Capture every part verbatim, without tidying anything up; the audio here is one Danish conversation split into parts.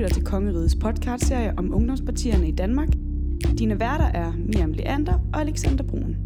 lytter til Kongerigets podcastserie om ungdomspartierne i Danmark. Dine værter er Miriam Leander og Alexander Brun.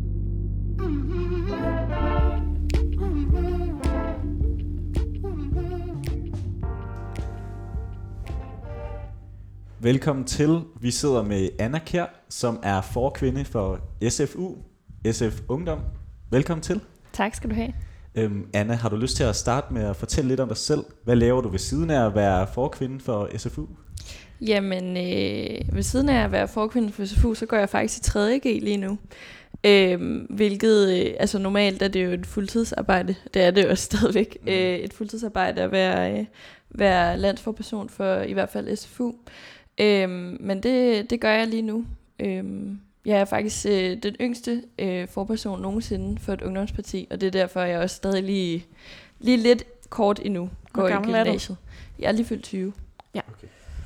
Velkommen til. Vi sidder med Anna Kjær, som er forkvinde for S F U, S F Ungdom. Velkommen til. Tak skal du have. Øhm, Anna, har du lyst til at starte med at fortælle lidt om dig selv? Hvad laver du ved siden af at være forkvinde for S F U? Jamen, øh, ved siden af at være forkvinde for S F U, så går jeg faktisk i tredje G lige nu. Øh, hvilket, øh, altså normalt er det jo et fuldtidsarbejde. Det er det jo stadigvæk. Mm. Øh, et fuldtidsarbejde at være, øh, være landsforperson for i hvert fald S F U. Øh, men det, det gør jeg lige nu. Øh, Jeg er faktisk øh, den yngste øh, forperson nogensinde for et ungdomsparti, og det er derfor, jeg også stadig lige, lige lidt kort endnu går i gymnasiet. Jeg er lige fyldt tyve. Ja. Okay.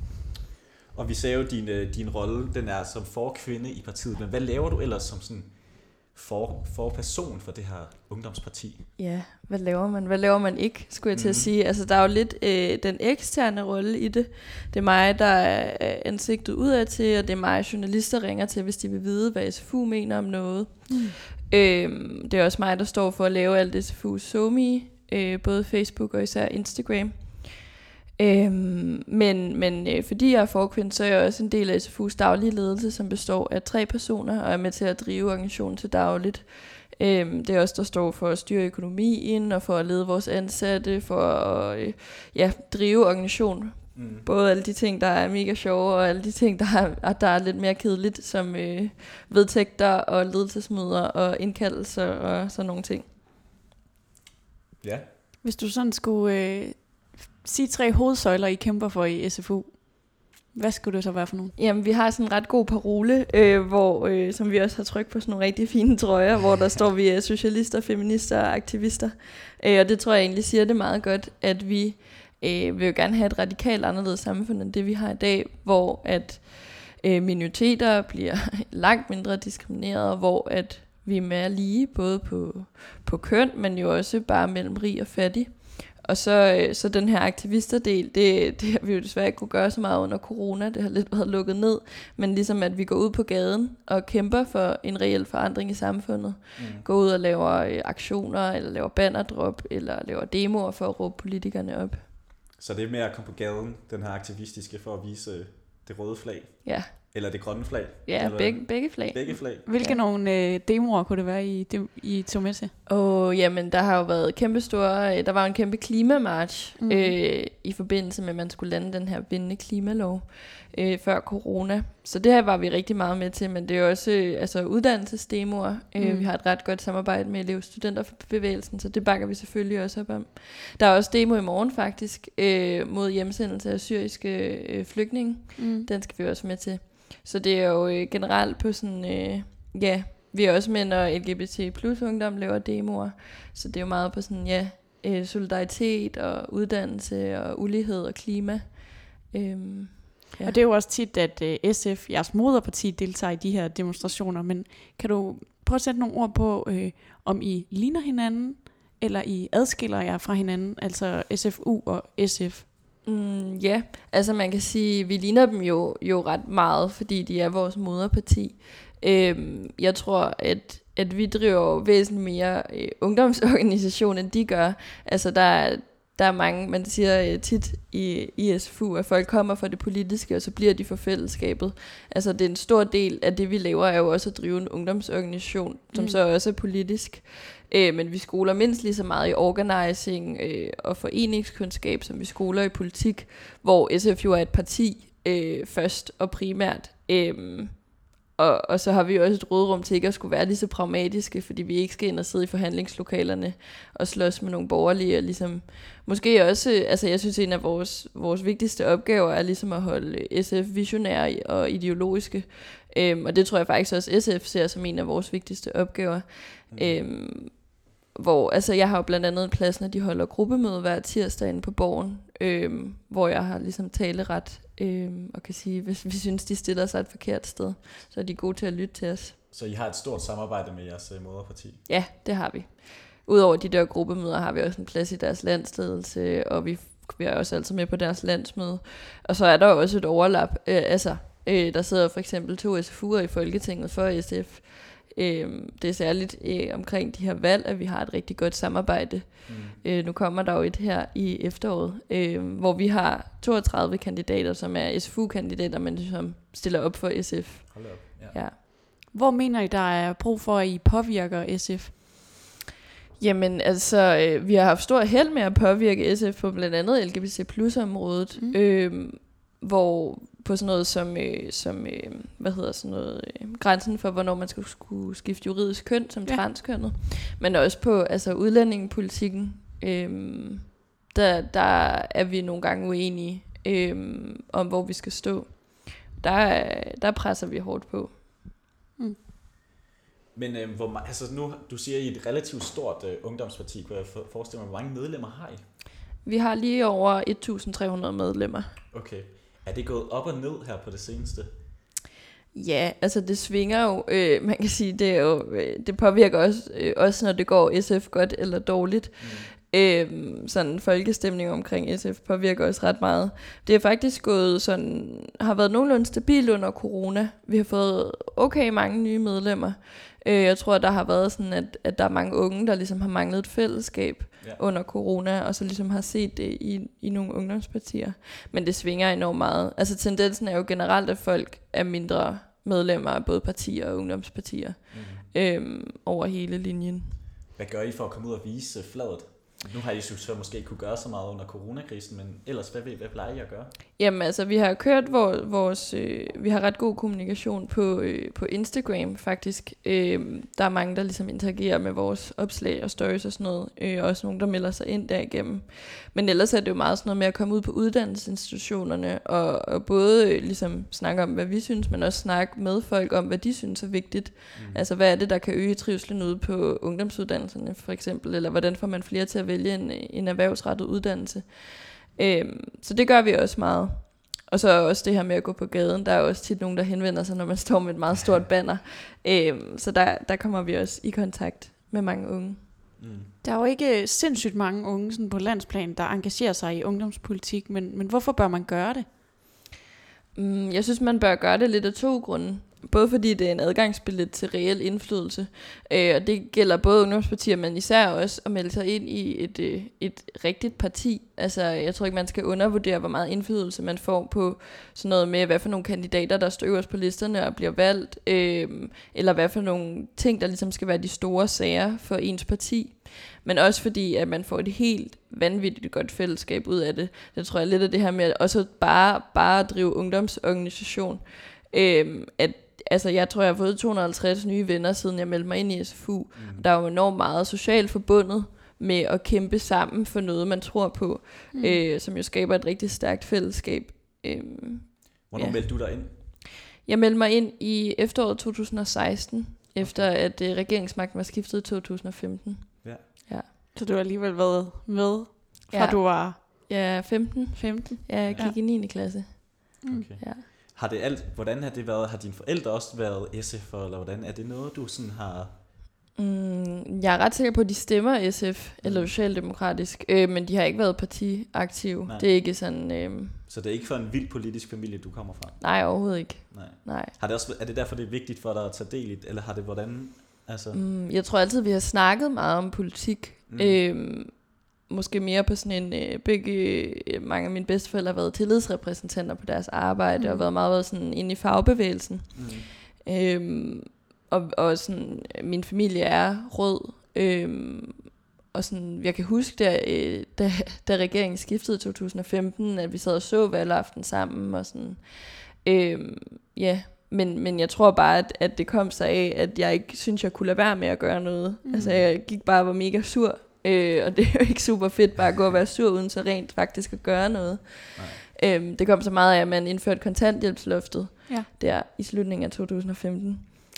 Og vi sagde jo, din, din rolle, den er som forkvinde i partiet, men hvad laver du ellers som sådan for, forperson for det her ungdomsparti? Ja, hvad laver man? Hvad laver man ikke, skulle jeg til at sige. Altså, der er jo lidt øh, den eksterne rolle i det. Det er mig, der er ansigtet udad til, og det er mig, journalister ringer til, hvis de vil vide, hvad S F U mener om noget. Mm. Øhm, det er også mig, der står for at lave alt S F U's SoMe, øh, både Facebook og især Instagram. Øhm, men men øh, fordi jeg er forkvinde, så er jeg også en del af S F U's daglige ledelse, som består af tre personer, og er med til at drive organisationen til dagligt. Øhm, det er også der står for at styre økonomien, og for at lede vores ansatte, for at øh, ja, drive organisationen. Mm. Både alle de ting, der er mega sjove, og alle de ting, der er, der er lidt mere kedeligt, som øh, vedtægter og ledelsesmøder og indkaldelser og sådan nogle ting. Ja. Hvis du sådan skulle øh, sige tre hovedsøjler, I kæmper for i S F U, hvad skulle det så være for nogle? Jamen, vi har sådan en ret god parole, øh, hvor, øh, som vi også har trykt på sådan nogle rigtig fine trøjer, hvor der står, vi er socialister, feminister og aktivister. Øh, og det tror jeg egentlig siger det meget godt, at vi øh, vil jo gerne have et radikalt anderledes samfund end det, vi har i dag, hvor at øh, minoriteter bliver langt mindre diskrimineret, hvor at vi er mere lige, både på, på køn, men jo også bare mellem rig og fattig. Og så, så den her aktivisterdel, det, det har vi jo desværre ikke kunne gøre så meget under corona. Det har lidt været lukket ned. Men ligesom at vi går ud på gaden og kæmper for en reel forandring i samfundet. Mm. Går ud og laver øh, aktioner, eller laver bannerdrop, eller laver demoer for at råbe politikerne op. Så det er mere at komme på gaden, den her aktivistiske, for at vise det røde flag? Ja. Eller det grønne flag? Ja, begge, begge flag. Begge flag. Hvilke ja. nogle øh, demoer kunne det være, I, de, I tog med til? Åh, jamen, der har jo været kæmpe store, der var en kæmpe klimamarch mm. øh, i forbindelse med, at man skulle lande den her bindende klimalov øh, før corona. Så det her var vi rigtig meget med til, men det er også øh, altså uddannelsesdemoer. Øh, mm. Vi har et ret godt samarbejde med elev- og studenterbevægelsen, så det bakker vi selvfølgelig også op om. Der er også demo i morgen faktisk, øh, mod hjemsendelse af syriske øh, flygtninge. Mm. Den skal vi også med til. Så det er jo øh, generelt på sådan, øh, ja, vi er også med, når L G B T plus ungdom laver demoer. Så det er jo meget på sådan, ja, øh, solidaritet og uddannelse og ulighed og klima. Øhm, ja. Og det er jo også tit, at øh, S F, jeres moderparti, deltager i de her demonstrationer. Men kan du prøve at sætte nogle ord på, øh, om I ligner hinanden, eller I adskiller jer fra hinanden, altså S F U og S F? Mm, ja, altså man kan sige, vi ligner dem jo, jo ret meget, fordi de er vores moderparti. Øhm, jeg tror, at, at vi driver væsentligt mere øh, ungdomsorganisation, end de gør. Altså der er, der er mange, man siger øh, tit i, i S F U, at folk kommer for det politiske, og så bliver de for fællesskabet. Altså det er en stor del af det, vi laver, er jo også at drive en ungdomsorganisation, som mm. så også er politisk. Øh, men vi skoler mindst lige så meget i organizing øh, og foreningskundskab, som vi skoler i politik, hvor S F jo er et parti øh, først og primært. Øh, og, og så har vi jo også et råderum til ikke at skulle være lige så pragmatiske, fordi vi ikke skal ind og sidde i forhandlingslokalerne og slås med nogle borgerlige. Og ligesom, måske også, altså jeg synes, en af vores, vores vigtigste opgaver er ligesom at holde S F visionære og ideologiske. Øh, og det tror jeg faktisk også S F ser som en af vores vigtigste opgaver. Mm. Øh, Hvor, altså jeg har jo blandt andet en plads, når de holder gruppemøde hver tirsdag inde på Borgen, øhm, hvor jeg har ligesom taleret, øhm, og kan sige, hvis vi synes, de stiller sig et forkert sted, så er de gode til at lytte til os. Så I har et stort samarbejde med jeres moderparti? Ja, det har vi. Udover de der gruppemøder har vi også en plads i deres landsledelse, og vi vi er også altid med på deres landsmøde. Og så er der også et overlap. Øh, altså, øh, der sidder for eksempel to S F U'er i Folketinget for S F. Øh, det er særligt øh, omkring de her valg, at vi har et rigtig godt samarbejde. Mm. Øh, nu kommer der jo et her i efteråret, øh, hvor vi har toogtredive kandidater, som er S F U-kandidater, men som stiller op for S F. Hold op, ja. Ja. Hvor mener I, der er brug for, at I påvirker S F? Jamen, altså, øh, vi har haft stor held med at påvirke S F på blandt andet L G B T plus området, mm. øh, hvor på sådan noget som, øh, som øh, hvad hedder sådan noget, øh, grænsen for, hvornår man skal skulle skifte juridisk køn som ja. transkønnet, men også på altså udlændingepolitikken, øh, der, der er vi nogle gange uenige øh, om, hvor vi skal stå. Der, der presser vi hårdt på. Mm. Men øh, hvor, altså nu, du siger, I er et relativt stort øh, ungdomsparti, kunne jeg forestille mig, hvor mange medlemmer har I? Vi har lige over et tusind tre hundrede medlemmer. Okay. Er det gået op og ned her på det seneste? Ja, altså det svinger jo. Øh, man kan sige, det, er jo, øh, det påvirker også, øh, også, når det går S F godt eller dårligt. Mm. Øh, sådan folkestemning omkring S F påvirker også ret meget. Det er faktisk gået sådan, har været nogenlunde stabilt under corona. Vi har fået okay mange nye medlemmer. Øh, jeg tror, der har været sådan, at, at der er mange unge, der ligesom har manglet et fællesskab ja. under corona, og så ligesom har set det i, i nogle ungdomspartier. Men det svinger enormt meget. Altså tendensen er jo generelt, at folk er mindre medlemmer af både partier og ungdomspartier mm. øhm, over hele linjen. Hvad gør I for at komme ud og vise fladet? Nu har I så måske kunne gøre så meget under coronakrisen, men ellers, hvad, hvad plejer I at gøre? Jamen altså, vi har kørt vores, vores øh, vi har ret god kommunikation på, øh, på Instagram faktisk. Øh, der er mange, der ligesom interagerer med vores opslag og stories og sådan noget. Øh, også nogle, der melder sig ind derigennem. Men ellers er det jo meget sådan noget med at komme ud på uddannelsesinstitutionerne og, og både øh, ligesom snakke om, hvad vi synes, men også snakke med folk om, hvad de synes er vigtigt. Mm. Altså, hvad er det, der kan øge trivslen ude på ungdomsuddannelserne for eksempel, eller hvordan får man flere til at vælge en, en erhvervsrettet uddannelse. Øhm, så det gør vi også meget. Og så også det her med at gå på gaden. Der er også tit nogen, der henvender sig, når man står med et meget stort banner. Øhm, så der, der kommer vi også i kontakt med mange unge. Mm. Der er jo ikke sindssygt mange unge sådan på landsplan, der engagerer sig i ungdomspolitik, men, men hvorfor bør man gøre det? Mm, jeg synes, man bør gøre det lidt af to grunde. Både fordi det er en adgangsbillet til reel indflydelse, øh, og det gælder både ungdomspartier, men især også at melde sig ind i et, øh, et rigtigt parti. Altså, jeg tror ikke, man skal undervurdere, hvor meget indflydelse man får på sådan noget med, hvad for nogle kandidater, der står øverst på listerne og bliver valgt, øh, eller hvad for nogle ting, der ligesom skal være de store sager for ens parti. Men også fordi, at man får et helt vanvittigt godt fællesskab ud af det. Det tror jeg lidt af det her med at også bare, bare at drive ungdomsorganisation. Øh, at Altså, jeg tror, jeg har fået to hundrede og halvtreds nye venner, siden jeg meldte mig ind i S F U. Mm. Der er jo enormt meget socialt forbundet med at kæmpe sammen for noget, man tror på, mm. øh, som jo skaber et rigtig stærkt fællesskab. Øhm, Hvornår ja. meldte du dig ind? Jeg meldte mig ind i efteråret to tusind og seksten, efter okay. at øh, regeringsmagten var skiftet i to tusind og femten. Ja. Ja. Så du har alligevel været med, fra ja. du var ja, femten. femten? Ja, jeg gik ja. i niende klasse. Mm. Okay. Ja. Har det alt, hvordan har det været? Har dine forældre også været S F'er, eller hvordan er det noget, du sådan har? Mm, jeg er ret sikker på, at de stemmer S F, mm. eller socialdemokratisk, øh, men de har ikke været partiaktive. Nej. Det er ikke sådan... Øh... Så det er ikke for en vild politisk familie, du kommer fra? Nej, overhovedet ikke. Nej. Nej. Har det også, er det derfor, det er vigtigt for dig at tage del i, eller har det hvordan? Altså... Mm, jeg tror altid, vi har snakket meget om politik. Mm. Øh, Måske mere på sådan en, øh, begge, øh, mange af mine bedsteforældre har været tillidsrepræsentanter på deres arbejde, mm. og været meget været sådan inde i fagbevægelsen. Mm. Øhm, og, og sådan, min familie er rød, øhm, og sådan, jeg kan huske, der, øh, da, da regeringen skiftede i to tusind og femten, at vi sad og så valgaften sammen, og sådan, øhm, ja, men, men jeg tror bare, at, at det kom sig af, at jeg ikke synes, jeg kunne lade være med at gøre noget. Mm. Altså, jeg gik bare og var mega sur. Øh, og det er jo ikke super fedt bare at gå og være sur uden så rent faktisk at gøre noget. øhm, Det kom så meget af, at man indførte kontanthjælpsloftet ja. der i slutningen af to tusind og femten.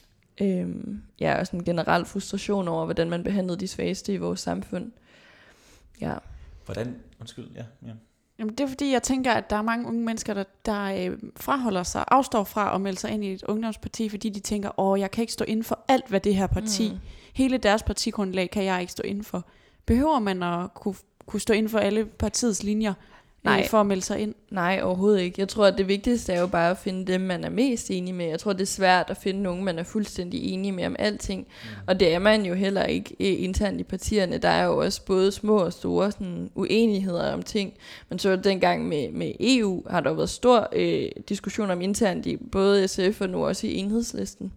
øhm, Ja, og sådan en generel frustration over, hvordan man behandlede de svageste i vores samfund. Ja. Hvordan? Undskyld, ja, ja. Jamen, det er fordi, jeg tænker, at der er mange unge mennesker, der, der øh, fraholder sig, afstår fra at melde sig ind i et ungdomsparti, fordi de tænker, åh, jeg kan ikke stå inden for alt, hvad det her parti, mm. hele deres partigrundlag kan jeg ikke stå inden for. Behøver man at kunne, kunne stå inden for alle partiets linjer, Nej. øh, for at melde sig ind? Nej, overhovedet ikke. Jeg tror, at det vigtigste er jo bare at finde dem, man er mest enig med. Jeg tror, det er svært at finde nogen, man er fuldstændig enig med om alting. Mm. Og det er man jo heller ikke eh, internt i partierne. Der er jo også både små og store sådan, uenigheder om ting. Men så dengang med, med E U har der jo været stor øh, diskussion om internt i både S F og nu også i Enhedslisten.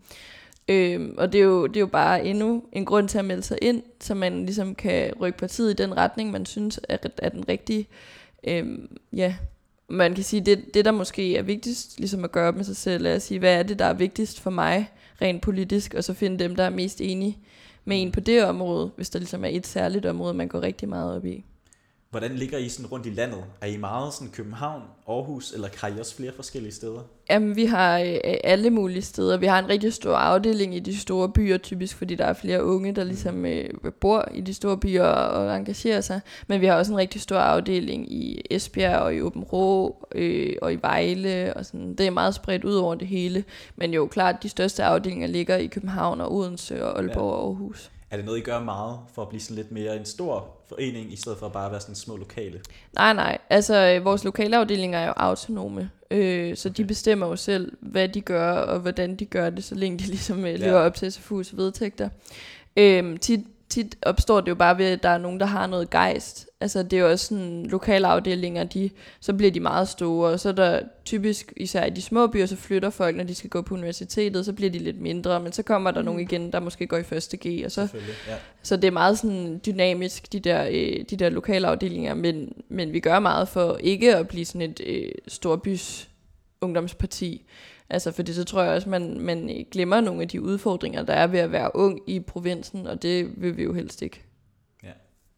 Øhm, og det er, jo, det er jo bare endnu en grund til at melde sig ind, så man ligesom kan rykke partiet i den retning, man synes er, er den rigtige. Øhm, ja, man kan sige, det, det der måske er vigtigst ligesom at gøre op med sig selv, er at sige, hvad er det, der er vigtigst for mig rent politisk, og så finde dem, der er mest enige med en på det område, hvis der ligesom er et særligt område, man går rigtig meget op i. Hvordan ligger I sådan rundt i landet? Er I meget sådan København, Aarhus, eller har I også flere forskellige steder? Jamen, vi har øh, alle mulige steder. Vi har en rigtig stor afdeling i de store byer, typisk fordi der er flere unge, der ligesom øh, bor i de store byer og, og engagerer sig. Men vi har også en rigtig stor afdeling i Esbjerg og i Aabenraa øh, og i Vejle. Og sådan. Det er meget spredt ud over det hele. Men jo klart, de største afdelinger ligger i København og Odense og Aalborg ja. og Aarhus. Er det noget, I gør meget for at blive sådan lidt mere en stor forening, i stedet for at bare være sådan små lokale? Nej, nej. Altså, vores lokale afdelinger er jo autonome. Øh, så okay. De bestemmer jo selv, hvad de gør, og hvordan de gør det, så længe de ligesom øh, lever ja. op til S F U's vedtægter. Øh, tit, tit opstår det jo bare ved, at der er nogen, der har noget gejst. Altså, det er jo også sådan, lokale afdelinger, de, så bliver de meget store, og så er der typisk, især i de små byer, så flytter folk, når de skal gå på universitetet, så bliver de lidt mindre, men så kommer der mm. nogen igen, der måske går i første G, og så, ja. så det er meget sådan dynamisk, de der, øh, de der lokale afdelinger, men, men vi gør meget for ikke at blive sådan et øh, storbys ungdomsparti. Altså, fordi så tror jeg også, man, man glemmer nogle af de udfordringer, der er ved at være ung i provinsen, og det vil vi jo helst ikke. Ja.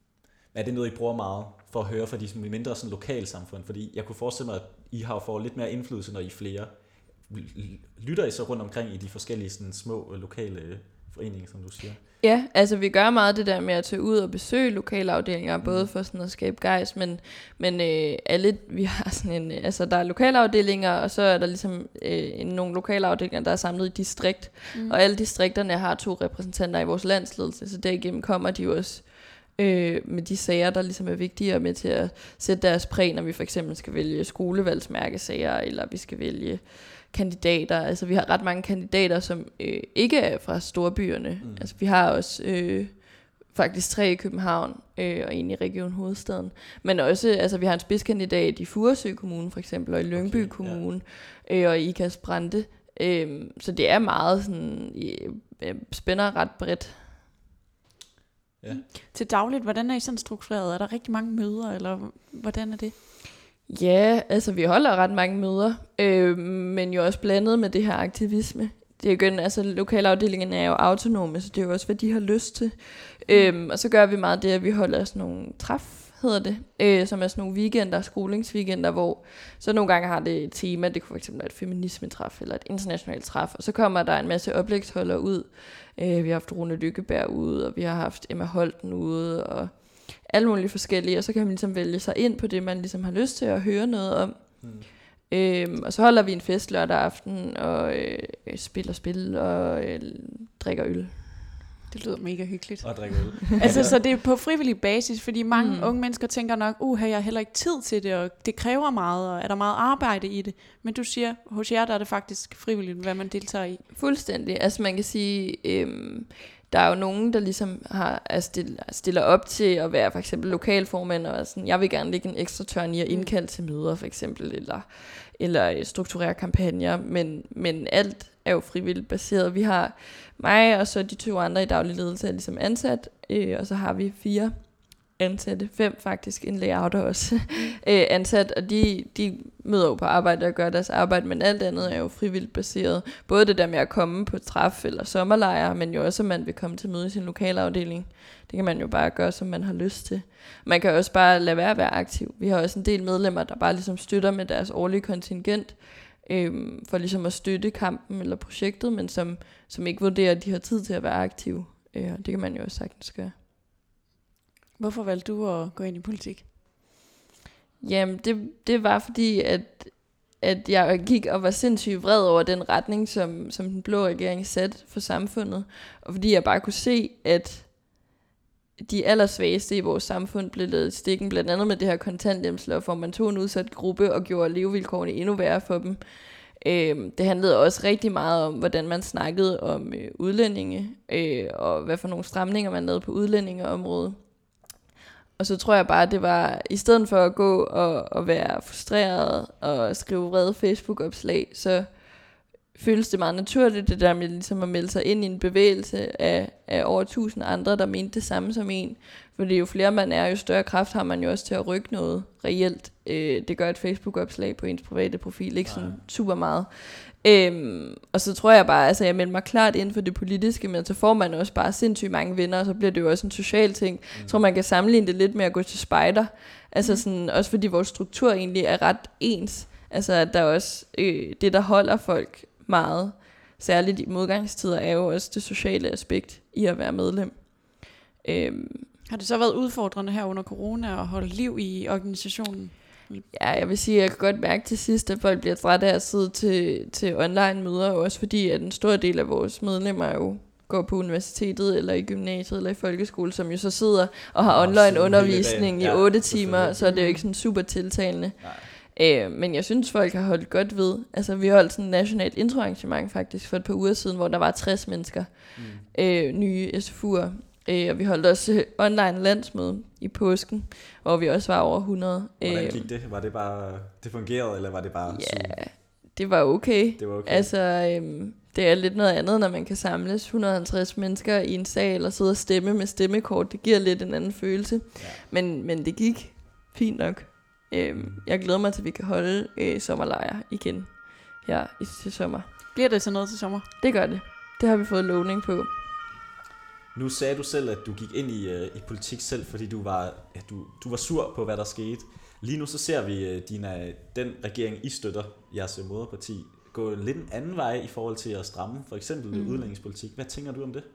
Er det noget, I bruger meget for at høre fra de mindre sådan, lokalsamfund? Fordi jeg kunne forestille mig, at I har fået lidt mere indflydelse, når I er flere. Lytter I så rundt omkring i de forskellige sådan, små lokale foreninger, som du siger? Ja, altså vi gør meget det der med at tage ud og besøge lokale afdelinger, mm. både for sådan at skabe gejst, men, men øh, alle, vi har sådan en, altså der er lokale afdelinger, og så er der ligesom øh, nogle lokale afdelinger, der er samlet i distrikt, mm. og alle distrikterne har to repræsentanter i vores landsledelse, så derigennem kommer de jo også øh, med de sager, der ligesom er vigtige, og med til at sætte deres præg, når vi for eksempel skal vælge skolevalgsmærkesager, eller vi skal vælge kandidater. Altså vi har ret mange kandidater, som øh, ikke er fra storbyerne. Mm. Altså vi har også øh, faktisk tre i København øh, og en i Region Hovedstaden. Men også, altså vi har en spidskandidat i Furesø Kommune for eksempel, og i Lyngby okay, Kommune, ja. øh, og i Ikast Brande. Øh, så det er meget sådan, øh, spænder ret bredt. Ja. Til dagligt, hvordan er I sådan struktureret? Er der rigtig mange møder, eller hvordan er det? Ja, altså vi holder ret mange møder, øh, men jo også blandet med det her aktivisme. Det er igen, altså lokalafdelingen er jo autonome, så det er jo også, hvad de har lyst til. Mm. Øhm, og så gør vi meget det, at vi holder sådan nogle træf, hedder det, øh, som er sådan nogle weekender, skolingsweekender, hvor så nogle gange har det et tema, det kunne fx være et feminismetræf eller et internationalt træf, og så kommer der en masse oplægsholdere ud. Øh, vi har haft Rune Lykkeberg ude, og vi har haft Emma Holten ude, og alle mulige forskellige, og så kan man ligesom vælge sig ind på det, man ligesom har lyst til at høre noget om. Mm. Øhm, og så holder vi en fest lørdag aften, og øh, spiller spil, og øh, drikker øl. Det lyder mega hyggeligt. Og drikker øl. Altså, så det er på frivillig basis, fordi mange mm. unge mennesker tænker nok, uh, jeg har heller ikke tid til det, og det kræver meget, og er der meget arbejde i det. Men du siger, hos jer der er det faktisk frivilligt, hvad man deltager i. Fuldstændig. Altså man kan sige, øhm, der er jo nogen, der ligesom har, altså stiller op til at være for eksempel lokalformand, og sådan, jeg vil gerne lægge en ekstra tørn i at indkalde til møder for eksempel, eller, eller strukturere kampagner, men, men alt er jo frivilligt baseret. Vi har mig og så de to andre i daglig ledelse er ligesom ansat, øh, og så har vi fire ansatte, fem faktisk, en layouter også øh, ansat, og de, de møder jo på arbejde og gør deres arbejde, men alt andet er jo frivilligt baseret. Både det der med at komme på træf eller sommerlejre, men jo også, at man vil komme til møde i sin lokale afdeling. Det kan man jo bare gøre, som man har lyst til. Man kan også bare lade være at være aktiv. Vi har også en del medlemmer, der bare ligesom støtter med deres årlige kontingent, øh, for ligesom at støtte kampen eller projektet, men som, som ikke vurderer, at de har tid til at være aktive. Øh, det kan man jo også sagtens gøre. Hvorfor valgte du at gå ind i politik? Jamen, det, det var fordi, at, at jeg gik og var sindssygt vred over den retning, som, som den blå regering satte for samfundet. Og fordi jeg bare kunne se, at de allersvageste i vores samfund blev ladet i stikken, blandt andet med det her kontanthjælpsloft, hvor man tog en udsat gruppe og gjorde levevilkårene endnu værre for dem. Øh, det handlede også rigtig meget om, hvordan man snakkede om øh, udlændinge, øh, og hvad for nogle stramninger man lavede på udlændingeområdet. Og så tror jeg bare, det var, i stedet for at gå og, og være frustreret og skrive vrede Facebook-opslag, så føles det meget naturligt, det der med ligesom at melde sig ind i en bevægelse af, af over tusind andre, der mente det samme som en. Fordi jo flere man er, jo større kraft har man jo også til at rykke noget reelt. Øh, det gør et Facebook-opslag på ens private profil ikke sådan super meget. Øhm, og så tror jeg bare, altså jeg melder mig klart inden for det politiske, men så får man også bare sindssygt mange venner, og så bliver det jo også en social ting. Mm. Jeg tror man kan sammenligne det lidt med at gå til spejder. Altså sådan, også fordi vores struktur egentlig er ret ens. Altså at der også, øh, det der holder folk meget, særligt i modgangstider, er jo også det sociale aspekt i at være medlem. Øhm, Har det så været udfordrende her under corona at holde liv i organisationen? Ja, jeg vil sige, at jeg kan godt mærke til sidst, at folk bliver trætte af at sidde til, til online møder, også fordi at en stor del af vores medlemmer jo går på universitetet, eller i gymnasiet, eller i folkeskole, som jo så sidder og har online undervisning i ja, otte timer, så er det jo ikke sådan super tiltalende. Øh, men jeg synes, folk har holdt godt ved. Altså, vi holdt sådan et nationalt introarrangement faktisk for et par uger siden, hvor der var tres mennesker, mm. øh, nye S F U'er. Øh, og vi holdt også online landsmøde i påsken, hvor vi også var over hundrede. Hvordan gik det? Var det bare, det fungerede, eller var det bare ja, super? Det var okay. Det var okay. Altså, øhm, det er lidt noget andet, når man kan samles et hundrede og halvtreds mennesker i en sal og sidde og stemme med stemmekort. Det giver lidt en anden følelse. Ja. Men, men det gik fint nok. Øhm, jeg glæder mig til, at vi kan holde øh, sommerlejre igen her i, til sommer. Bliver det så noget til sommer? Det gør det. Det har vi fået lovning på. Nu sagde du selv, at du gik ind i, uh, i politik selv, fordi du var, ja, du, du var sur på, hvad der skete. Lige nu så ser vi uh, din, uh, den regering, I støtter, jeres uh, moderparti, gå lidt en anden vej i forhold til at stramme, for eksempel mm. udlændingspolitik. Hvad tænker du om det?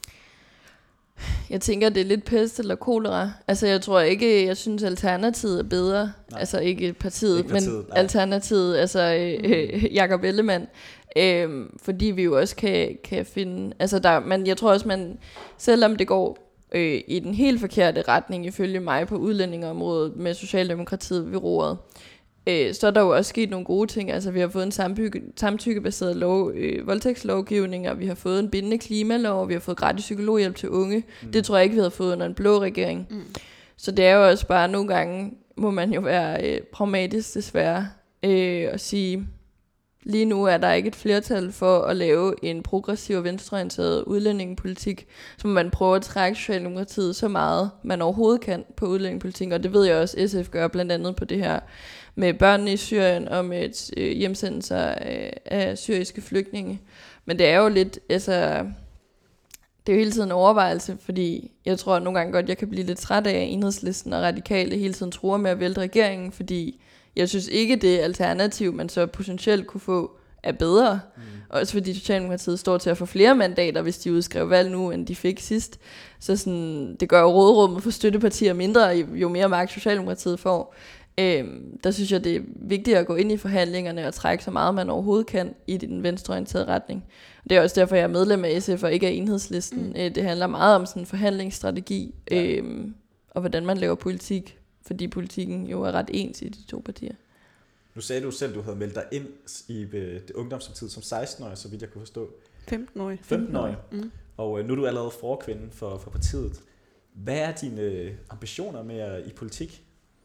Jeg tænker, det er lidt pest eller kolera. Altså, jeg tror ikke, jeg synes, Alternativet er bedre. Nej. Altså, ikke partiet, ikke partiet men nej. Alternativet, altså øh, Jakob Ellemann. Øh, fordi vi jo også kan, kan finde... Altså, der, men jeg tror også, man... Selvom det går øh, i den helt forkerte retning, ifølge mig, på udlændingeområdet med Socialdemokratiet ved roret, øh, så er der jo også sket nogle gode ting. Altså, vi har fået en samtykke, samtykkebaseret lov, øh, voldtægtslovgivning, og vi har fået en bindende klimalov, og vi har fået gratis psykologhjælp til unge. Mm. Det tror jeg ikke, vi havde fået under en blå regering. Mm. Så det er jo også bare, nogle gange må man jo være øh, pragmatisk desværre, øh, og sige, lige nu er der ikke et flertal for at lave en progressiv og venstreorienteret udlændingepolitik, så man prøver at trække Socialdemokratiet så meget, man overhovedet kan på udlændingepolitik, og det ved jeg også, S F gør blandt andet på det her med børnene i Syrien og med øh, hjemsendelser af, af syriske flygtninge. Men det er jo lidt, altså, det er jo hele tiden en overvejelse, fordi jeg tror at nogle gange godt, jeg kan blive lidt træt af, at Enhedslisten og Radikale hele tiden truer med at vælte regeringen, fordi jeg synes ikke, det alternativ, man så potentielt kunne få, er bedre. Mm. Også fordi Socialdemokratiet står til at få flere mandater, hvis de udskrev valg nu, end de fik sidst. Så sådan, det gør jo råderummet for støttepartier mindre, jo mere magt Socialdemokratiet får. Øhm, der synes jeg, det er vigtigt at gå ind i forhandlingerne og trække så meget, man overhovedet kan i den venstreorienterede retning. Det er også derfor, jeg er medlem af S F og ikke af Enhedslisten. Mm. Det handler meget om sådan en forhandlingsstrategi, ja. øhm, og hvordan man laver politik. Fordi politikken jo er ret ens i de to partier. Nu sagde du selv, at du havde meldt dig ind i det ungdomspartiet som seksten-årig, så vidt jeg kunne forstå. femten-årig. femten-årig. Mm. Og nu er du allerede forkvinde for, for partiet. Hvad er dine ambitioner med i politik?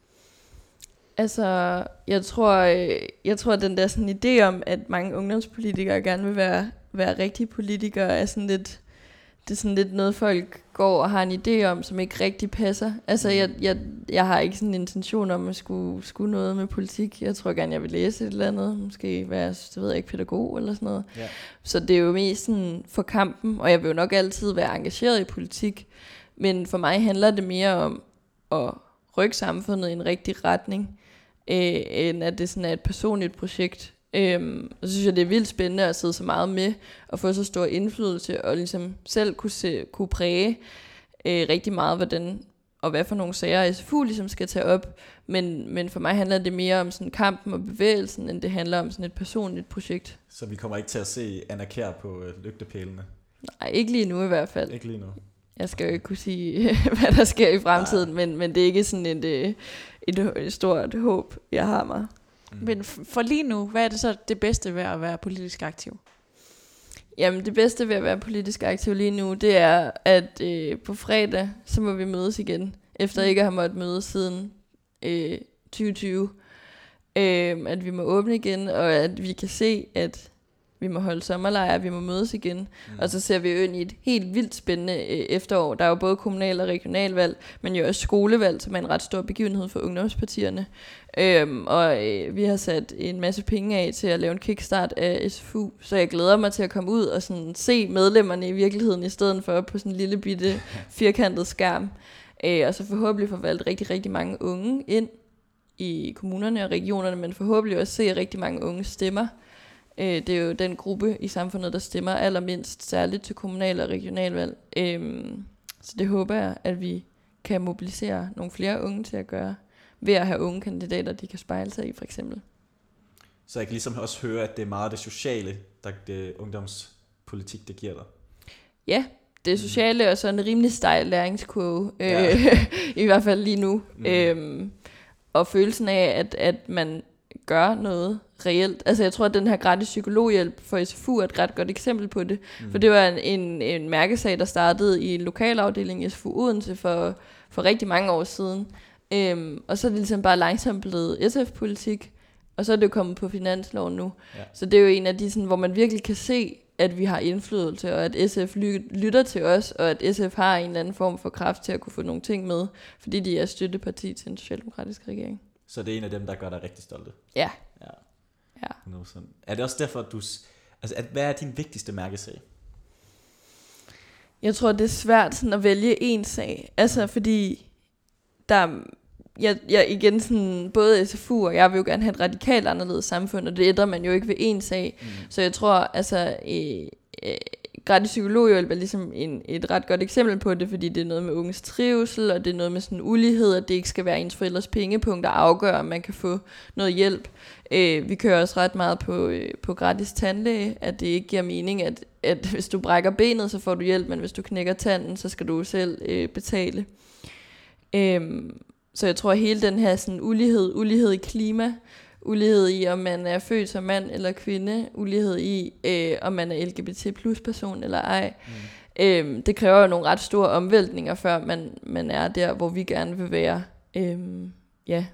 Altså, jeg tror, jeg tror, at den der sådan idé om, at mange ungdomspolitikere gerne vil være, være rigtige politikere, er sådan lidt... Det er sådan lidt noget, folk går og har en idé om, som ikke rigtig passer. Altså, jeg, jeg, jeg har ikke sådan en intention om at skulle, skulle noget med politik. Jeg tror gerne, jeg vil læse et eller andet. Måske være, det ved jeg ikke, pædagog eller sådan noget. Yeah. Så det er jo mest sådan for kampen, og jeg vil jo nok altid være engageret i politik. Men for mig handler det mere om at rykke samfundet i en rigtig retning, øh, end at det sådan er et personligt projekt. Øhm, og så synes jeg, det er vildt spændende at sidde så meget med og få så stor indflydelse og ligesom selv kunne, se, kunne præge øh, rigtig meget, hvordan og hvad for nogle sager S F U ligesom skal tage op. Men, men for mig handler det mere om sådan kampen og bevægelsen, end det handler om sådan et personligt projekt. Så vi kommer ikke til at se Anna Kjær på øh, lygtepælene? Nej, ikke lige nu i hvert fald. Ikke lige nu. jeg skal jo ikke kunne sige, hvad der sker i fremtiden, men, men det er ikke sådan et, et, et stort håb, jeg har mig. Mm. Men for lige nu, hvad er det så det bedste ved at være politisk aktiv? Jamen det bedste ved at være politisk aktiv lige nu, det er, at øh, på fredag, så må vi mødes igen, efter ikke at have måttet mødes siden øh, tyve tyve. Øh, at vi må åbne igen, og at vi kan se, at vi må holde sommerlejre, vi må mødes igen. Mm. Og så ser vi jo ind i et helt vildt spændende øh, efterår. Der er jo både kommunal- og regionalvalg, men jo også skolevalg, som er en ret stor begivenhed for ungdomspartierne. Øhm, og øh, vi har sat en masse penge af til at lave en kickstart af S F U, så jeg glæder mig til at komme ud og sådan se medlemmerne i virkeligheden, i stedet for på sådan en lille bitte firkantet skærm. Øh, og så forhåbentlig få valgt rigtig, rigtig mange unge ind i kommunerne og regionerne, men forhåbentlig også se rigtig mange unge stemmer. Det er jo den gruppe i samfundet, der stemmer allermindst, særligt til kommunal- og regionalvalg. Så det håber jeg, at vi kan mobilisere nogle flere unge til at gøre, ved at have unge kandidater, de kan spejle sig i, for eksempel. Så jeg kan ligesom også høre, at det er meget det sociale, der det ungdomspolitik, det giver dig. Ja, det sociale og sådan en rimelig stejl læringskurve, Ja. øh, i hvert fald lige nu. Mm. Øhm, og følelsen af, at, at man gør noget reelt. Altså jeg tror, at den her gratis psykologhjælp for S F U er et ret godt eksempel på det. Mm. For det var en, en, en mærkesag, der startede i en lokalafdeling i S F U Odense for, for rigtig mange år siden. Øhm, og så er det ligesom bare langsomt blevet S F-politik, og så er det jo kommet på finansloven nu. Ja. Så det er jo en af de, sådan, hvor man virkelig kan se, at vi har indflydelse, og at S F lytter til os, og at S F har en eller anden form for kraft til at kunne få nogle ting med, fordi de er støtteparti til en socialdemokratisk regering. Så det er en af dem, der gør dig rigtig stolte? Ja. Ja. Ja. hundrede procent. Er det også derfor, at du... Altså, at, hvad er din vigtigste mærkesag? Jeg tror, det er svært sådan at vælge en sag. Altså, fordi der... Jeg, jeg igen sådan, både S F U og jeg vil jo gerne have et radikalt anderledes samfund, og det ændrer man jo ikke ved en sag. Mm. Så jeg tror, altså... Øh, øh, gratis psykologhjælp er ligesom en, et ret godt eksempel på det, fordi det er noget med unges trivsel, og det er noget med sådan ulighed, at det ikke skal være ens forældres pengepunkt, der afgør, om man kan få noget hjælp. Øh, vi kører også ret meget på, øh, på gratis tandlæge, at det ikke giver mening, at, at hvis du brækker benet, så får du hjælp, men hvis du knækker tanden, så skal du selv øh, betale. Øh, så jeg tror, at hele den her sådan, ulighed, ulighed i klima, ulighed i, om man er født som mand eller kvinde, ulighed i, øh, om man er L G B T plus person eller ej. Mm. Øh, det kræver jo nogle ret store omvæltninger, før man, man er der, hvor vi gerne vil være. Øh, ja.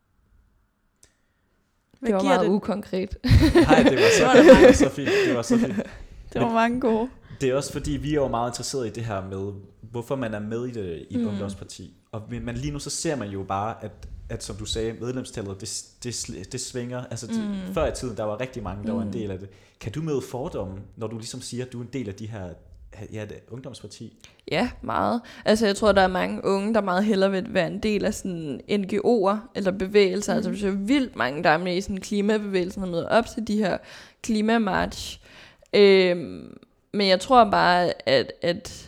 Hvad det var meget det? ukonkret. Nej, det var så, det var så fint. Det var så fint. Det var mange gode. Det er også fordi, vi er jo meget interesseret i det her med, hvorfor man er med i det i et Mm. ungdomsparti. Og men lige nu så ser man jo bare, at, at som du sagde, medlemstallet, det, det, det svinger. Altså det, Mm. før i tiden, der var rigtig mange, der Mm. var en del af det. Kan du møde fordomme, når du ligesom siger, at du er en del af de her, ja, det ungdomsparti? Ja, meget. Altså jeg tror, der er mange unge, der meget hellere vil være en del af sådan N G O'er eller bevægelser. Mm. Altså vi ser vildt mange, der er med i sådan klimabevægelsen og møder op til de her klimamarch. Øhm, men jeg tror bare, at, at,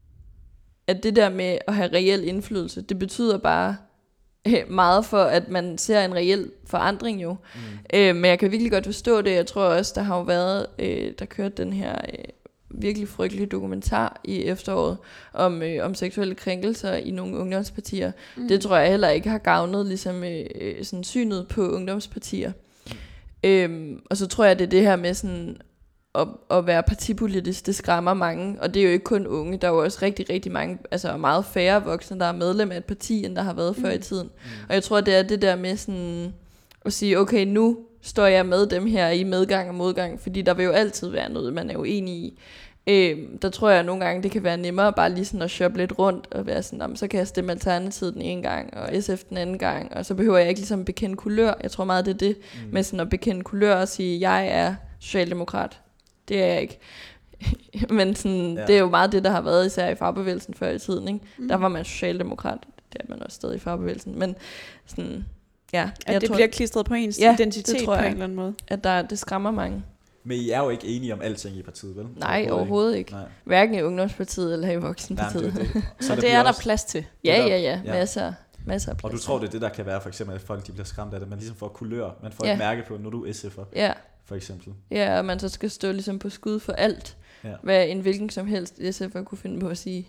at det der med at have reel indflydelse, det betyder bare meget for, at man ser en reel forandring jo. Mm. Øh, men jeg kan virkelig godt forstå det. Jeg tror også, der har jo været, øh, der kørte den her øh, virkelig frygtelige dokumentar i efteråret om, øh, om seksuelle krænkelser i nogle ungdomspartier. Mm. Det tror jeg heller ikke har gavnet ligesom, øh, sådan synet på ungdomspartier. Mm. Øhm, og så tror jeg, det er det her med sådan at, at være partipolitisk, det skræmmer mange, og det er jo ikke kun unge, der er jo også rigtig, rigtig mange, altså meget færre voksne, der er medlem af et parti, end der har været mm. før i tiden. Mm. Og jeg tror, det er det der med sådan at sige, okay, nu står jeg med dem her i medgang og modgang, fordi der vil jo altid være noget, man er uenig i. Øh, der tror jeg at nogle gange, det kan være nemmere bare lige sådan at shoppe lidt rundt og være sådan, så kan jeg stemme Alternativet den ene gang, og S F den anden gang, og så behøver jeg ikke ligesom bekende kulør. Jeg tror meget, det er det mm. med sådan at bekende kulør og sige, jeg er socialdemokrat. Det er jeg ikke. Men sådan, ja. Det er jo meget det, der har været især i fagbevægelsen før i tiden. Ikke? Mm. Der var man socialdemokrat. Det er man også stadig i fagbevægelsen. Men sådan, ja. At det tror, bliver klistret på ens ja, identitet på en eller anden måde. At der, det skræmmer mange. Men I er jo ikke enige om alting i partiet, vel? Nej, overhovedet, overhovedet ikke. Nej. Hverken i ungdomspartiet eller i voksenpartiet. Nej, det, det. Så det er der plads til. Ja, ja, ja. Masser, masser af plads. Og du tror, det er det, der kan være, for eksempel, at folk de bliver skræmt af det. Man ligesom får kulør. Man får ja. et mærke på, når du er S F'er. Ja. For eksempel. Ja, og man så skal stå ligesom på skud for alt, ja. Hvad en hvilken som helst S F'er kunne finde på at sige.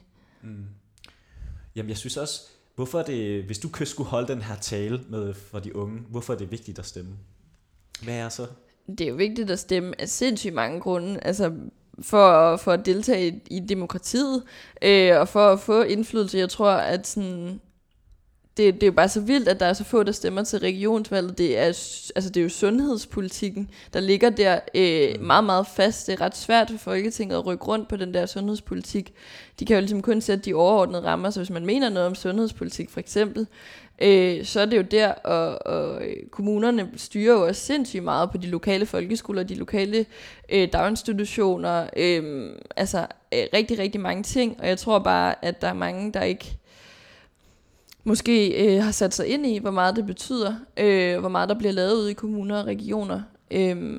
Mm. Jamen jeg synes også, hvorfor er det, hvis du skulle holde den her tale med for de unge, hvorfor er det vigtigt at stemme? Hvad er så? Det er jo vigtigt at stemme af sindssygt mange grunde, altså for, for at deltage i, i demokratiet, øh, og for at få indflydelse. Jeg tror, at sådan, det, det er jo bare så vildt, at der er så få, der stemmer til regionsvalget. Det er, altså det er jo sundhedspolitikken, der ligger der øh, meget, meget fast. Det er ret svært for Folketinget at rykke rundt på den der sundhedspolitik. De kan jo ligesom kun sætte de overordnede rammer, så hvis man mener noget om sundhedspolitik for eksempel, øh, så er det jo der, og, og kommunerne styrer jo også sindssygt meget på de lokale folkeskoler, de lokale øh, daginstitutioner, øh, altså øh, rigtig, rigtig mange ting, og jeg tror bare, at der er mange, der ikke måske øh, har sat sig ind i, hvor meget det betyder, øh, hvor meget der bliver lavet ude i kommuner og regioner. Øh,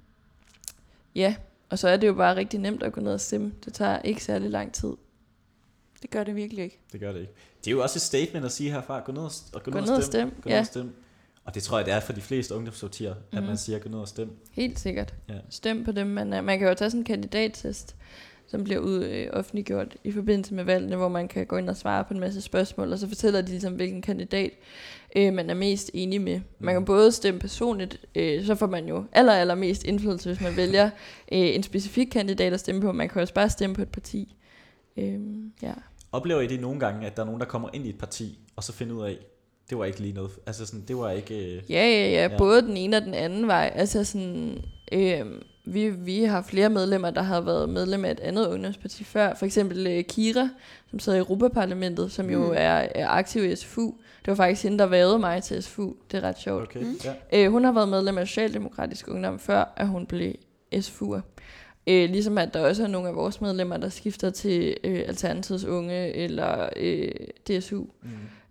ja, og så er det jo bare rigtig nemt at gå ned og stemme. Det tager ikke særlig lang tid. Det gør det virkelig ikke. Det gør det ikke. Det er jo også et statement at sige herfra, gå ned og, og, gå gå ned ned og og stemme. stemme. Gå ned Ja. og stemme. Og det tror jeg, det er for de fleste ungdomspartier, mm. at man siger, gå ned og stemme. Helt sikkert. Ja. Stem på dem. Man, er, man kan jo tage sådan en kandidattest, som bliver ud, øh, offentliggjort i forbindelse med valgene, hvor man kan gå ind og svare på en masse spørgsmål, og så fortæller de ligesom, hvilken kandidat øh, man er mest enig med. Man kan både stemme personligt, øh, så får man jo aller, aller mest indflydelse, hvis man vælger øh, en specifik kandidat at stemme på. Man kan også bare stemme på et parti. Øh, ja. Oplever I det nogle gange, at der er nogen, der kommer ind i et parti, og så finder ud af, det var ikke lige noget, altså sådan, det var ikke... Øh... Ja, ja, ja, ja, både den ene og den anden vej. Altså sådan, øh, vi, vi har flere medlemmer, der har været medlem af et andet ungdomsparti før. For eksempel øh, Kira, som sidder i Europaparlamentet, som jo mm. er, er aktiv i S F U. Det var faktisk hende, der vævede mig til S F U. Det er ret sjovt. Okay, mm. ja. øh, hun har været medlem af Socialdemokratisk Ungdom, før at hun blev S F U'er. Øh, ligesom at der også er nogle af vores medlemmer, der skifter til øh, Alternativets Unge eller øh, D S U. Mm.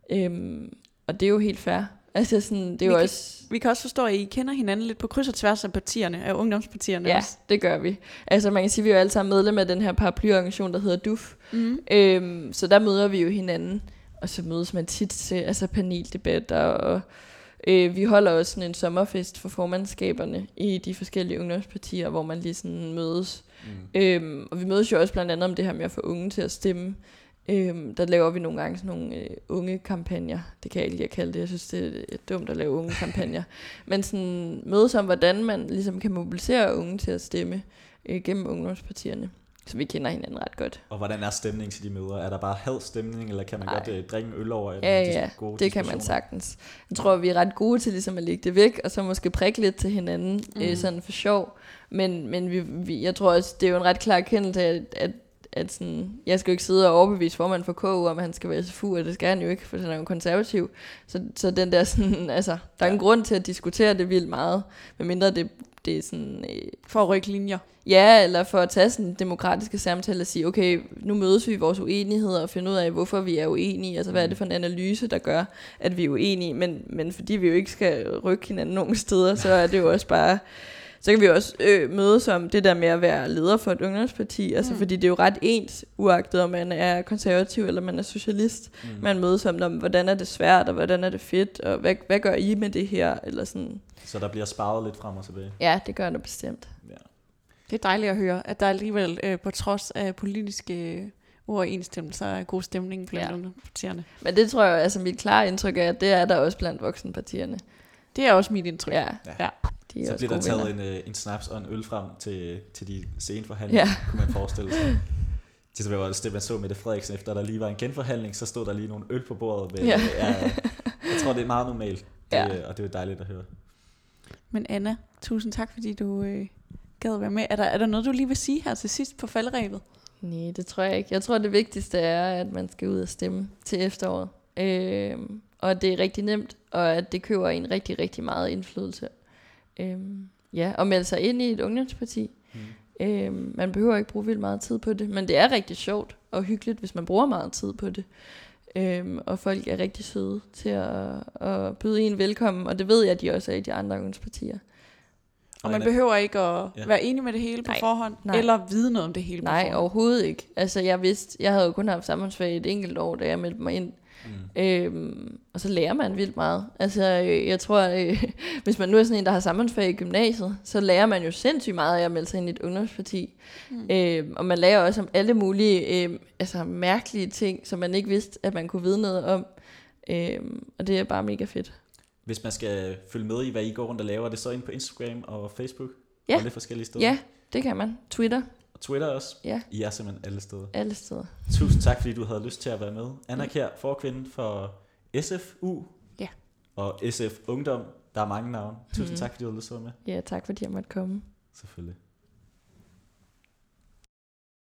Øhm, og det er jo helt fair. Altså sådan, det er jo vi, også... kan, vi kan også forstå, at I kender hinanden lidt på kryds og tværs af partierne, af ungdomspartierne Ja, også. det gør vi. Altså man kan sige, at vi er jo alle sammen medlem af den her paraplyorganisation, der hedder D U F. Mm. Øhm, så der møder vi jo hinanden, og så mødes man tit til altså paneldebatter, og øh, vi holder også sådan en sommerfest for formandskaberne i de forskellige ungdomspartier, hvor man lige sådan mødes. Mm. Øhm, og vi mødes jo også blandt andet om det her med at få unge til at stemme. Øhm, der laver vi nogle gange sådan nogle øh, unge kampagner. Det kan jeg ikke lide at kalde det. Jeg synes, det er dumt at lave unge kampagner. Men sådan mødes om, hvordan man ligesom kan mobilisere unge til at stemme øh, gennem ungdomspartierne. Så vi kender hinanden ret godt. Og hvordan er stemningen til de møder? Er der bare hadstemning, eller kan man Ej. godt øh, drikke en øl over? Ja, ja, gode det kan man sagtens. Jeg tror, vi er ret gode til ligesom at lægge det væk, og så måske prikke lidt til hinanden, mm. øh, sådan for sjov. Men, men vi, vi, jeg tror også, det er jo en ret klar erkendelse, at, at at sådan, jeg skal jo ikke sidde og overbevise formanden for K U om, at han skal være S F U, og det skal han jo ikke, for han er jo konservativ. Så, så den der sådan, altså, der er en ja. grund til at diskutere det vildt meget, medmindre det, det er sådan... Øh, for at rykke linjer. Ja, eller for at tage sådan en demokratiske samtale og sige, okay, nu mødes vi i vores uenigheder og finde ud af, hvorfor vi er uenige. Altså, hvad er det for en analyse, der gør, at vi er uenige? Men, men fordi vi jo ikke skal rykke hinanden nogen steder, så er det jo også bare... Så kan vi også øh, mødes om det der med at være leder for et ungdomsparti, altså mm. fordi det er jo ret ens, uagtet om man er konservativ eller man er socialist. Mm. Man mødes om, om, hvordan er det svært, og hvordan er det fedt, og hvad, hvad gør I med det her, eller sådan. Så der bliver sparet lidt frem og tilbage? Ja, det gør det bestemt. Ja. Det er dejligt at høre, at der alligevel øh, på trods af politiske øh, uoverensstemmelser er god stemning blandt ja. ungdomspartierne. Men det tror jeg, altså mit klare indtryk er, at det er der også blandt voksenpartierne. Det er også mit indtryk. Ja, ja. De så bliver der taget en, en snaps og en øl frem til, til de sene forhandlinger, ja. kunne man forestille sig. Det var også det, man så Mette Frederiksen, efter der lige var en genforhandling, så stod der lige nogle øl på bordet. Med, ja. Ja, jeg tror, det er meget normalt, det, ja. og det er dejligt at høre. Men Anna, tusind tak, fordi du øh, gad være med. Er der, er der noget, du lige vil sige her til sidst på falderebet? Nej, det tror jeg ikke. Jeg tror, det vigtigste er, at man skal ud og stemme til efteråret. Øh, og det er rigtig nemt, og at det køber en rigtig, rigtig meget indflydelse. Øhm, ja, og melde sig ind i et ungdomsparti. Mm. Øhm, man behøver ikke bruge vildt meget tid på det, men det er rigtig sjovt og hyggeligt, hvis man bruger meget tid på det. Øhm, og folk er rigtig søde til at, at byde en velkommen, og det ved jeg, at de også er i de andre ungdomspartier. Og man behøver ikke at ja. være enig med det hele på nej, forhånd, nej. eller vide noget om det hele på nej, forhånd. Nej, overhovedet ikke. Altså jeg vidste, jeg havde jo kun haft samfundsfag i et enkelt år, da jeg meldte mig ind. Mm. Øhm, og så lærer man vildt meget. Altså, øh, jeg tror, øh, hvis man nu er sådan en, der har samfundsfag i gymnasiet, så lærer man jo sindssygt meget af at melde sig ind i et ungdomsparti. Mm. Øhm, og man lærer også om alle mulige øh, altså, mærkelige ting, som man ikke vidste, at man kunne vide noget om. Øhm, og det er bare mega fedt. Hvis man skal følge med i, hvad I går rundt og laver, er det så ind på Instagram og Facebook? Ja. Og lidt forskellige steder? Ja, det kan man. Twitter. Og Twitter også? Ja. I er simpelthen alle steder? Alle steder. Tusind tak, fordi du havde lyst til at være med. Anna Kjær, forkvinde for S F U. Ja. Og S F Ungdom. Der er mange navne. Tusind mm. tak, fordi du havde lyst til at være med. Ja, tak fordi jeg måtte komme. Selvfølgelig.